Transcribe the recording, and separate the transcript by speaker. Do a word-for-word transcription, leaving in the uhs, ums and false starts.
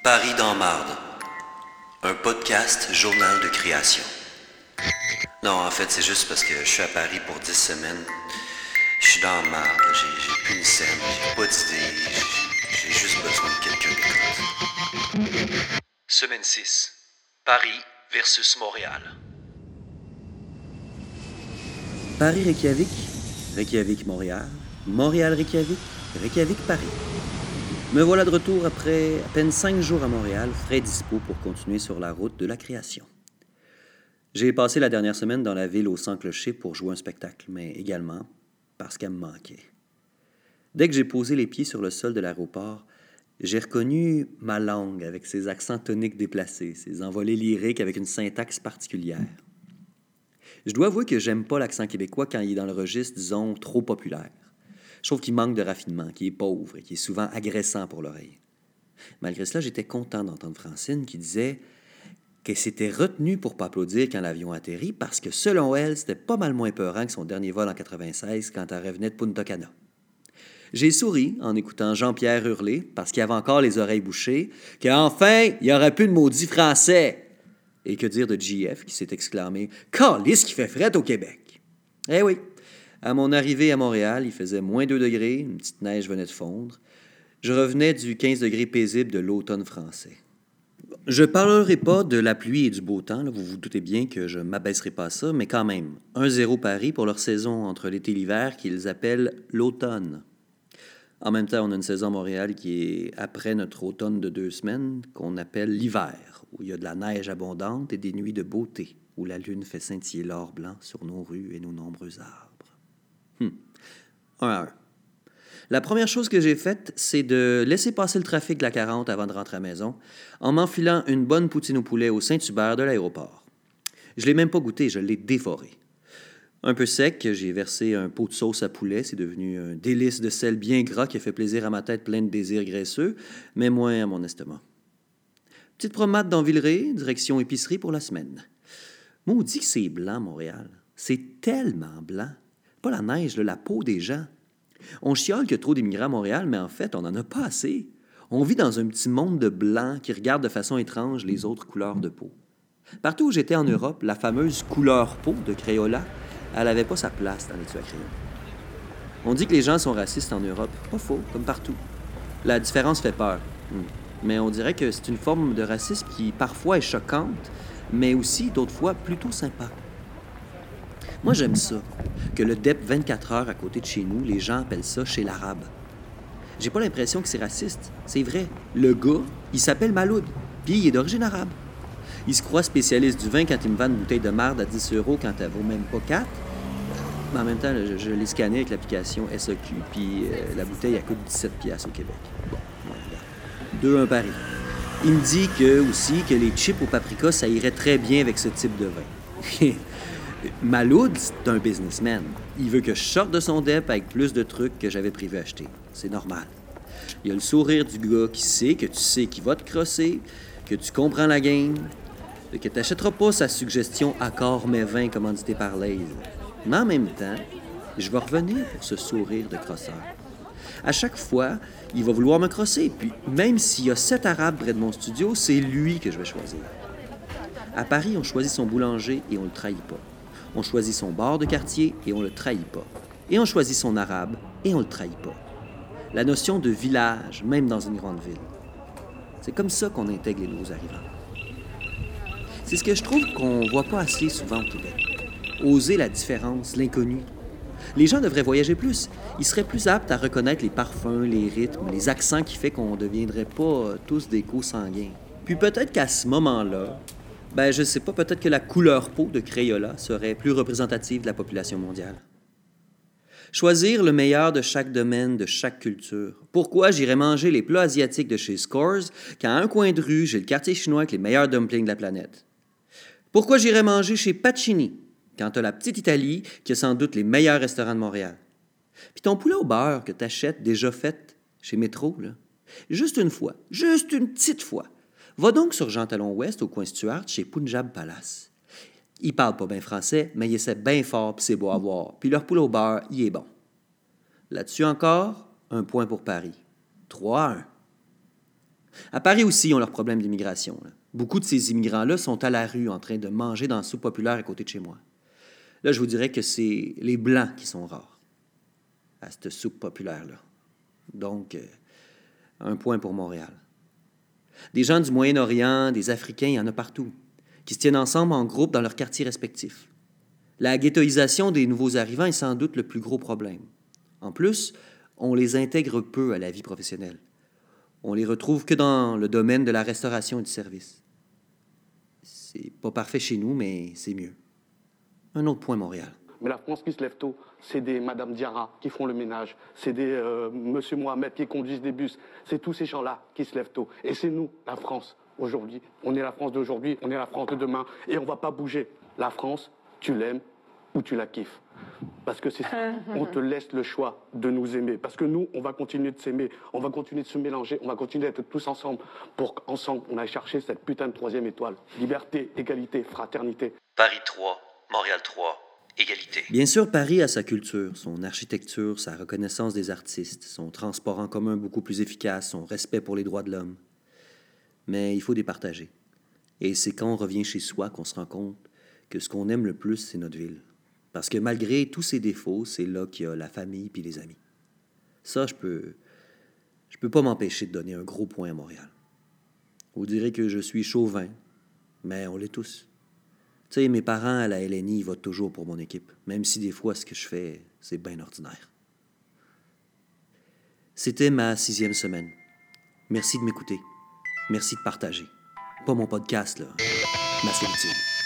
Speaker 1: Paris dans marde. Un podcast journal de création. Non, en fait, c'est juste parce que je suis à Paris pour dix semaines. Je suis dans marde, j'ai, j'ai plus une scène, j'ai pas d'idée, j'ai, j'ai juste besoin de quelqu'un d'écoute. Semaine six. Paris versus Montréal.
Speaker 2: Paris-Reykjavik, Reykjavik-Montréal, Montréal-Reykjavik, Reykjavik-Paris. Me voilà de retour après à peine cinq jours à Montréal, frais dispo pour continuer sur la route de la création. J'ai passé la dernière semaine dans la ville aux cent clochers pour jouer un spectacle, mais également parce qu'elle me manquait. Dès que j'ai posé les pieds sur le sol de l'aéroport, j'ai reconnu ma langue avec ses accents toniques déplacés, ses envolées lyriques avec une syntaxe particulière. Je dois avouer que j'aime pas l'accent québécois quand il est dans le registre, disons, trop populaire. Je trouve qu'il manque de raffinement, qu'il est pauvre et qu'il est souvent agressant pour l'oreille. Malgré cela, j'étais content d'entendre Francine qui disait qu'elle s'était retenue pour pas applaudir quand l'avion atterrit parce que, selon elle, c'était pas mal moins peurant que son dernier vol en quatre-vingt-seize quand elle revenait de Punta Cana. J'ai souri en écoutant Jean-Pierre hurler, parce qu'il avait encore les oreilles bouchées, qu'enfin, il n'y aurait plus de maudits français. Et que dire de J F qui s'est exclamé « Calisse qui fait fret au Québec! » Eh oui, à mon arrivée à Montréal, il faisait moins deux degrés, une petite neige venait de fondre. Je revenais du quinze degrés paisible de l'automne français. Je parlerai pas de la pluie et du beau temps, là, vous vous doutez bien que je m'abaisserai pas à ça, mais quand même, un zéro Paris pour leur saison entre l'été et l'hiver qu'ils appellent l'automne. En même temps, on a une saison à Montréal qui est après notre automne de deux semaines, qu'on appelle l'hiver, où il y a de la neige abondante et des nuits de beauté, où la lune fait scintiller l'or blanc sur nos rues et nos nombreux arbres. Hum. Un à un. La première chose que j'ai faite, c'est de laisser passer le trafic de la quarante avant de rentrer à la maison, en m'enfilant une bonne poutine au poulet au Saint-Hubert de l'aéroport. Je ne l'ai même pas goûté, je l'ai dévoré. Un peu sec, j'ai versé un pot de sauce à poulet. C'est devenu un délice de sel bien gras qui a fait plaisir à ma tête pleine de désirs graisseux, mais moins à mon estomac. Petite promenade dans Villeray, direction épicerie pour la semaine. Maudit que c'est blanc, Montréal. C'est tellement blanc. Pas la neige, là, la peau des gens. On chiale qu'il y a trop d'immigrants à Montréal, mais en fait, on n'en a pas assez. On vit dans un petit monde de blancs qui regarde de façon étrange les autres couleurs de peau. Partout où j'étais en Europe, la fameuse couleur peau de Crayola, elle n'avait pas sa place dans les tues à crayon. On dit que les gens sont racistes en Europe. Pas faux, comme partout. La différence fait peur. Mais on dirait que c'est une forme de racisme qui parfois est choquante, mais aussi d'autres fois plutôt sympa. Moi, j'aime ça, que le D E P vingt-quatre heures à côté de chez nous, les gens appellent ça chez l'arabe. J'ai pas l'impression que c'est raciste. C'est vrai. Le gars, il s'appelle Maloud, puis il est d'origine arabe. Il se croit spécialiste du vin quand il me vend une bouteille de marde à dix euros quand elle vaut même pas quatre. Mais en même temps, je, je l'ai scanné avec l'application S A Q, puis euh, la bouteille, elle coûte dix-sept piastres au Québec. Bon, voilà, regarde. Deux, un pari. Il me dit que, aussi que les chips au paprika, ça irait très bien avec ce type de vin. Maloud, c'est un businessman. Il veut que je sorte de son D E P avec plus de trucs que j'avais prévu acheter. C'est normal. Il y a le sourire du gars qui sait que tu sais qu'il va te crosser, que tu comprends la game, que tu n'achèteras pas sa suggestion Accord mes vins commandité par Lay's. Mais en même temps, je vais revenir pour ce sourire de crosseur. À chaque fois, il va vouloir me crosser, puis même s'il y a sept Arabes près de mon studio, c'est lui que je vais choisir. À Paris, on choisit son boulanger et on le trahit pas. On choisit son bar de quartier et on le trahit pas. Et on choisit son arabe et on le trahit pas. La notion de village, même dans une grande ville. C'est comme ça qu'on intègre les nouveaux arrivants. C'est ce que je trouve qu'on voit pas assez souvent au Québec. Oser la différence, l'inconnu. Les gens devraient voyager plus. Ils seraient plus aptes à reconnaître les parfums, les rythmes, les accents qui fait qu'on ne deviendrait pas tous des co-sanguins. Puis peut-être qu'à ce moment-là, ben je sais pas, peut-être que la couleur peau de Crayola serait plus représentative de la population mondiale. Choisir le meilleur de chaque domaine, de chaque culture. Pourquoi j'irais manger les plats asiatiques de chez Scores quand à un coin de rue, j'ai le quartier chinois avec les meilleurs dumplings de la planète? Pourquoi j'irais manger chez Pacini quand t'as la petite Italie qui a sans doute les meilleurs restaurants de Montréal? Puis ton poulet au beurre que t'achètes déjà fait chez Métro, là, juste une fois, juste une petite fois, va donc sur Jean Talon Ouest au coin Stuart chez Punjab Palace. Ils parlent pas bien français, mais ils essaient bien fort puis c'est beau à voir. Puis leur poulet au beurre, il est bon. Là-dessus encore, un point pour Paris. trois à un. À Paris aussi, ils ont leurs problèmes d'immigration. là. Beaucoup de ces immigrants-là sont à la rue en train de manger dans la soupe populaire à côté de chez moi. Là, je vous dirais que c'est les Blancs qui sont rares à cette soupe populaire-là. Donc, euh, un point pour Montréal. Des gens du Moyen-Orient, des Africains, il y en a partout, qui se tiennent ensemble en groupe dans leurs quartiers respectifs. La ghettoisation des nouveaux arrivants est sans doute le plus gros problème. En plus, on les intègre peu à la vie professionnelle. On les retrouve que dans le domaine de la restauration et du service. C'est pas parfait chez nous, mais c'est mieux. Un autre point, Montréal.
Speaker 3: Mais la France qui se lève tôt, c'est des Madame Diarra qui font le ménage, c'est des euh, Monsieur Mohamed qui conduisent des bus, c'est tous ces gens-là qui se lèvent tôt. Et c'est nous, la France, aujourd'hui. On est la France d'aujourd'hui, on est la France de demain, et on va pas bouger. La France, tu l'aimes ou tu la kiffes. Parce que c'est ça, on te laisse le choix de nous aimer. Parce que nous, on va continuer de s'aimer, on va continuer de se mélanger, on va continuer d'être tous ensemble pour qu'ensemble, on aille chercher cette putain de troisième étoile. Liberté, égalité, fraternité.
Speaker 1: Paris trois, Montréal trois, égalité.
Speaker 2: Bien sûr, Paris a sa culture, son architecture, sa reconnaissance des artistes, son transport en commun beaucoup plus efficace, son respect pour les droits de l'homme. Mais il faut départager. Et c'est quand on revient chez soi qu'on se rend compte que ce qu'on aime le plus, c'est notre ville. Parce que malgré tous ses défauts, c'est là qu'il y a la famille puis les amis. Ça, je peux... Je peux pas m'empêcher de donner un gros point à Montréal. Vous direz que je suis chauvin, mais on l'est tous. Tu sais, mes parents à la L N I votent toujours pour mon équipe, même si des fois, ce que je fais, c'est bien ordinaire. C'était ma sixième semaine. Merci de m'écouter. Merci de partager. Pas mon podcast, là. Ma solitude.